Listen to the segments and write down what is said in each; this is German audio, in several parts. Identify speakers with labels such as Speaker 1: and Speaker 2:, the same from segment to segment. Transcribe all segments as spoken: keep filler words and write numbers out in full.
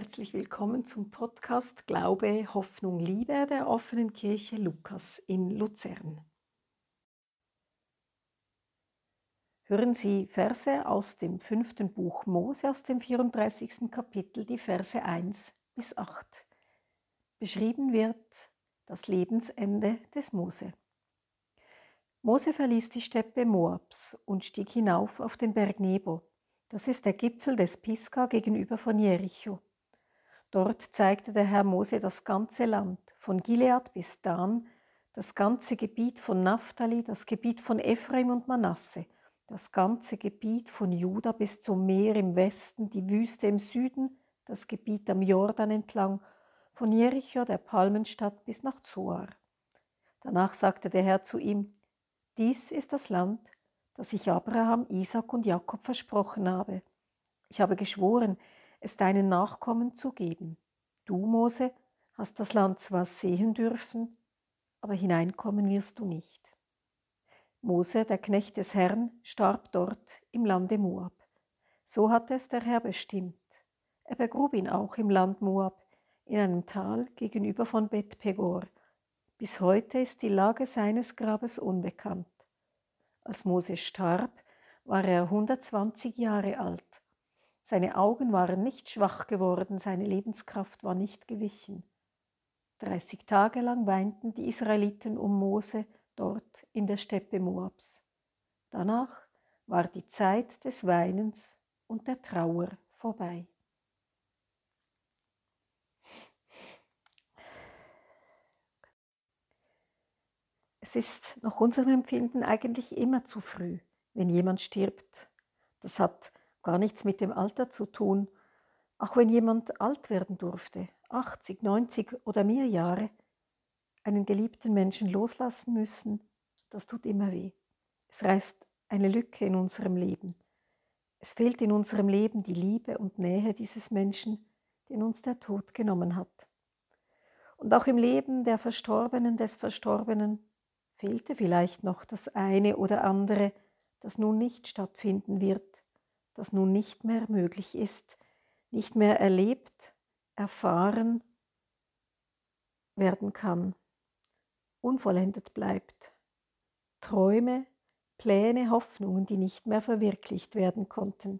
Speaker 1: Herzlich willkommen zum Podcast Glaube, Hoffnung, Liebe der offenen Kirche Lukas in Luzern. Hören Sie Verse aus dem fünften Buch Mose, aus dem vierunddreißigsten Kapitel, die Verse eins bis acht. Beschrieben wird das Lebensende des Mose. Mose verließ die Steppe Moabs und stieg hinauf auf den Berg Nebo. Das ist der Gipfel des Pisga gegenüber von Jericho. Dort zeigte der Herr Mose das ganze Land, von Gilead bis Dan, das ganze Gebiet von Naphtali, das Gebiet von Ephraim und Manasse, das ganze Gebiet von Juda bis zum Meer im Westen, die Wüste im Süden, das Gebiet am Jordan entlang, von Jericho, der Palmenstadt, bis nach Zoar. Danach sagte der Herr zu ihm: Dies ist das Land, das ich Abraham, Isaak und Jakob versprochen habe. Ich habe geschworen, es deinen Nachkommen zu geben. Du, Mose, hast das Land zwar sehen dürfen, aber hineinkommen wirst du nicht. Mose, der Knecht des Herrn, starb dort im Lande Moab. So hatte es der Herr bestimmt. Er begrub ihn auch im Land Moab, in einem Tal gegenüber von Bet Pegor. Bis heute ist die Lage seines Grabes unbekannt. Als Mose starb, war er hundertzwanzig Jahre alt. Seine Augen waren nicht schwach geworden, seine Lebenskraft war nicht gewichen. Dreißig Tage lang weinten die Israeliten um Mose dort in der Steppe Moabs. Danach war die Zeit des Weinens und der Trauer vorbei. Es ist nach unserem Empfinden eigentlich immer zu früh, wenn jemand stirbt. Das hat gar nichts mit dem Alter zu tun. Auch wenn jemand alt werden durfte, achtzig, neunzig oder mehr Jahre, einen geliebten Menschen loslassen müssen, das tut immer weh. Es reißt eine Lücke in unserem Leben. Es fehlt in unserem Leben die Liebe und Nähe dieses Menschen, den uns der Tod genommen hat. Und auch im Leben der Verstorbenen, des Verstorbenen, fehlte vielleicht noch das eine oder andere, das nun nicht stattfinden wird, das nun nicht mehr möglich ist, nicht mehr erlebt, erfahren werden kann, unvollendet bleibt. Träume, Pläne, Hoffnungen, die nicht mehr verwirklicht werden konnten.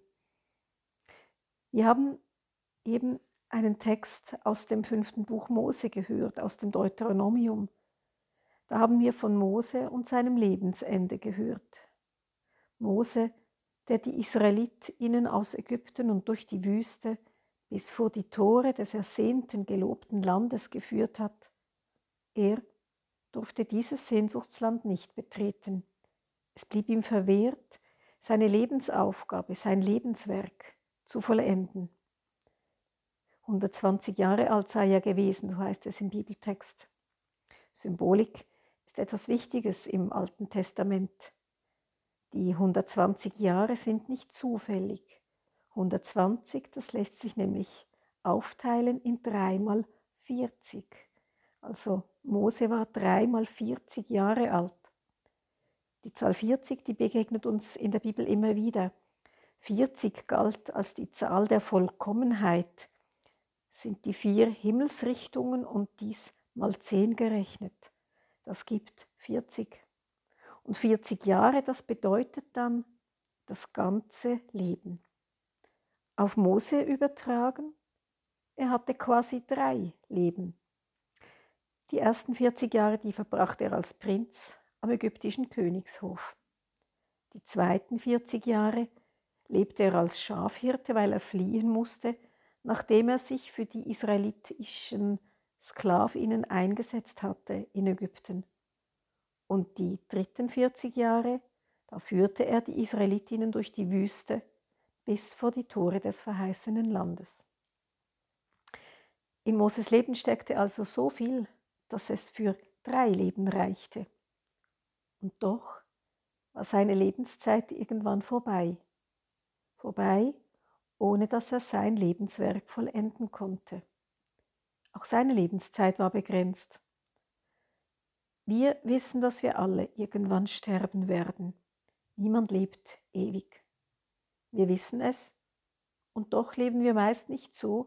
Speaker 1: Wir haben eben einen Text aus dem fünften Buch Mose gehört, aus dem Deuteronomium. Da haben wir von Mose und seinem Lebensende gehört. Mose, der die Israelitinnen aus Ägypten und durch die Wüste bis vor die Tore des ersehnten, gelobten Landes geführt hat. Er durfte dieses Sehnsuchtsland nicht betreten. Es blieb ihm verwehrt, seine Lebensaufgabe, sein Lebenswerk zu vollenden. hundertzwanzig Jahre alt sei er gewesen, so heißt es im Bibeltext. Symbolik ist etwas Wichtiges im Alten Testament. Die hundertzwanzig Jahre sind nicht zufällig. hundertzwanzig, das lässt sich nämlich aufteilen in drei mal vierzig. Also Mose war drei mal vierzig Jahre alt. Die Zahl vierzig, die begegnet uns in der Bibel immer wieder. vierzig galt als die Zahl der Vollkommenheit, sind die vier Himmelsrichtungen und dies mal zehn gerechnet. Das gibt vierzig. Und vierzig Jahre, das bedeutet dann das ganze Leben. Auf Mose übertragen, er hatte quasi drei Leben. Die ersten vierzig Jahre, die verbrachte er als Prinz am ägyptischen Königshof. Die zweiten vierzig Jahre lebte er als Schafhirte, weil er fliehen musste, nachdem er sich für die israelitischen Sklavinnen eingesetzt hatte in Ägypten. Und die dritten vierzig Jahre, da führte er die Israelitinnen durch die Wüste bis vor die Tore des verheißenen Landes. In Moses Leben steckte also so viel, dass es für drei Leben reichte. Und doch war seine Lebenszeit irgendwann vorbei. Vorbei, ohne dass er sein Lebenswerk vollenden konnte. Auch seine Lebenszeit war begrenzt. Wir wissen, dass wir alle irgendwann sterben werden. Niemand lebt ewig. Wir wissen es, und doch leben wir meist nicht so,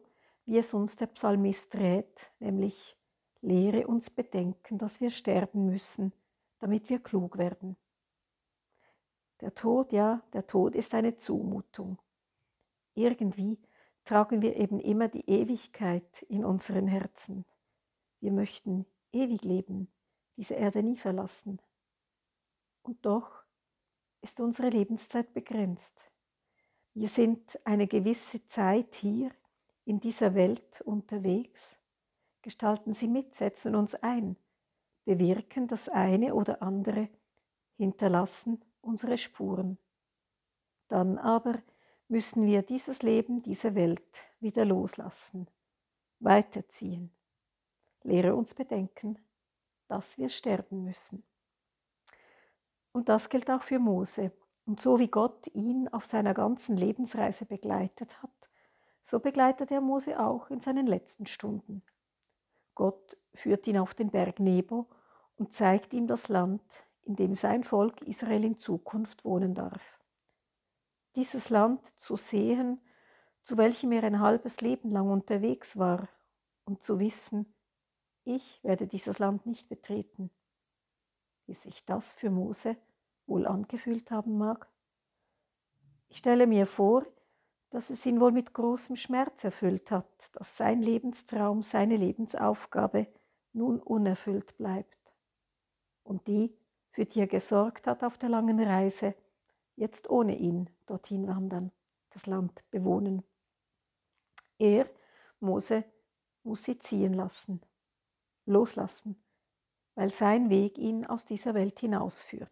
Speaker 1: wie es uns der Psalmist rät, nämlich: Lehre uns bedenken, dass wir sterben müssen, damit wir klug werden. Der Tod, ja, der Tod ist eine Zumutung. Irgendwie tragen wir eben immer die Ewigkeit in unseren Herzen. Wir möchten ewig leben, diese Erde nie verlassen. Und doch ist unsere Lebenszeit begrenzt. Wir sind eine gewisse Zeit hier in dieser Welt unterwegs, gestalten sie mit, setzen uns ein, bewirken das eine oder andere, hinterlassen unsere Spuren. Dann aber müssen wir dieses Leben, diese Welt wieder loslassen, weiterziehen. Lehre uns bedenken, dass wir sterben müssen. Und das gilt auch für Mose. Und so wie Gott ihn auf seiner ganzen Lebensreise begleitet hat, so begleitet er Mose auch in seinen letzten Stunden. Gott führt ihn auf den Berg Nebo und zeigt ihm das Land, in dem sein Volk Israel in Zukunft wohnen darf. Dieses Land zu sehen, zu welchem er ein halbes Leben lang unterwegs war, und zu wissen, ich werde dieses Land nicht betreten. Wie sich das für Mose wohl angefühlt haben mag? Ich stelle mir vor, dass es ihn wohl mit großem Schmerz erfüllt hat, dass sein Lebenstraum, seine Lebensaufgabe nun unerfüllt bleibt. Und die, für die er gesorgt hat auf der langen Reise, jetzt ohne ihn dorthin wandern, das Land bewohnen. Er, Mose, muss sie ziehen lassen, loslassen, weil sein Weg ihn aus dieser Welt hinausführt.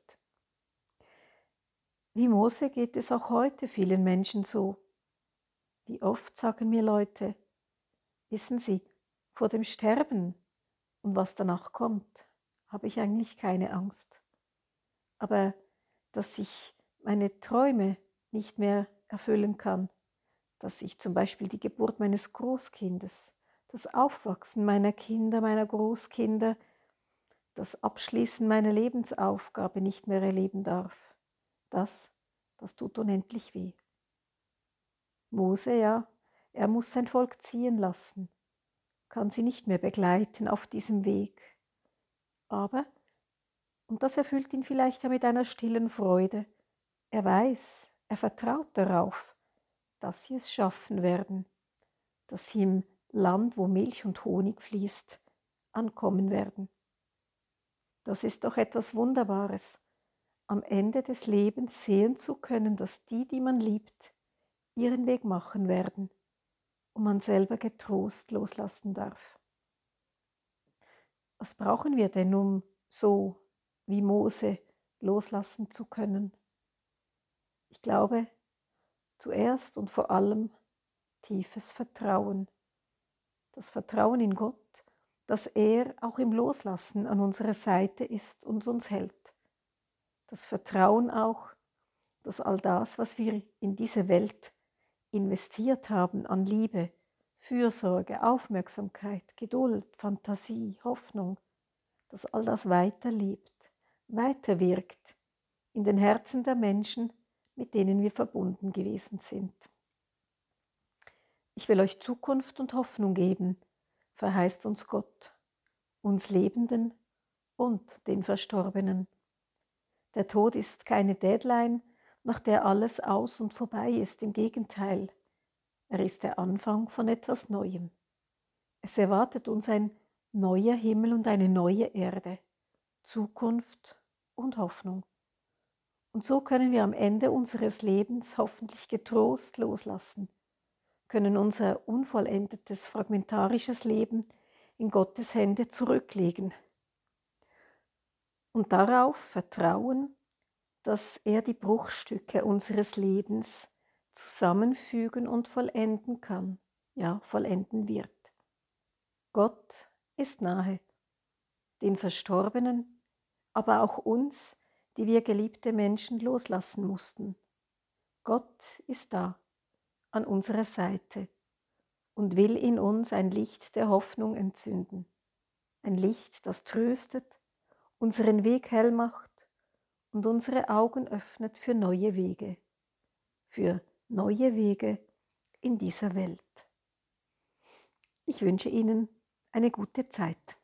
Speaker 1: Wie Mose geht es auch heute vielen Menschen so. Wie oft sagen mir Leute: Wissen Sie, vor dem Sterben und was danach kommt, habe ich eigentlich keine Angst. Aber dass ich meine Träume nicht mehr erfüllen kann, dass ich zum Beispiel die Geburt meines Großkindes, das Aufwachsen meiner Kinder, meiner Großkinder, das Abschließen meiner Lebensaufgabe nicht mehr erleben darf, das, das tut unendlich weh. Mose, ja, er muss sein Volk ziehen lassen, kann sie nicht mehr begleiten auf diesem Weg. Aber, und das erfüllt ihn vielleicht mit einer stillen Freude, er weiß, er vertraut darauf, dass sie es schaffen werden, dass sie im Land, wo Milch und Honig fließt, ankommen werden. Das ist doch etwas Wunderbares, am Ende des Lebens sehen zu können, dass die, die man liebt, ihren Weg machen werden und man selber getrost loslassen darf. Was brauchen wir denn, um so wie Mose loslassen zu können? Ich glaube, zuerst und vor allem tiefes Vertrauen. Das Vertrauen in Gott, dass er auch im Loslassen an unserer Seite ist und uns hält. Das Vertrauen auch, dass all das, was wir in diese Welt investiert haben an Liebe, Fürsorge, Aufmerksamkeit, Geduld, Fantasie, Hoffnung, dass all das weiterlebt, weiterwirkt in den Herzen der Menschen, mit denen wir verbunden gewesen sind. Ich will euch Zukunft und Hoffnung geben, verheißt uns Gott, uns Lebenden und den Verstorbenen. Der Tod ist keine Deadline, nach der alles aus und vorbei ist. Im Gegenteil, er ist der Anfang von etwas Neuem. Es erwartet uns ein neuer Himmel und eine neue Erde, Zukunft und Hoffnung. Und so können wir am Ende unseres Lebens hoffentlich getrost loslassen, können unser unvollendetes, fragmentarisches Leben in Gottes Hände zurücklegen und darauf vertrauen, dass er die Bruchstücke unseres Lebens zusammenfügen und vollenden kann, ja, vollenden wird. Gott ist nahe, den Verstorbenen, aber auch uns, die wir geliebte Menschen loslassen mussten. Gott ist da, an unserer Seite und will in uns ein Licht der Hoffnung entzünden. Ein Licht, das tröstet, unseren Weg hell macht und unsere Augen öffnet für neue Wege, für neue Wege in dieser Welt. Ich wünsche Ihnen eine gute Zeit.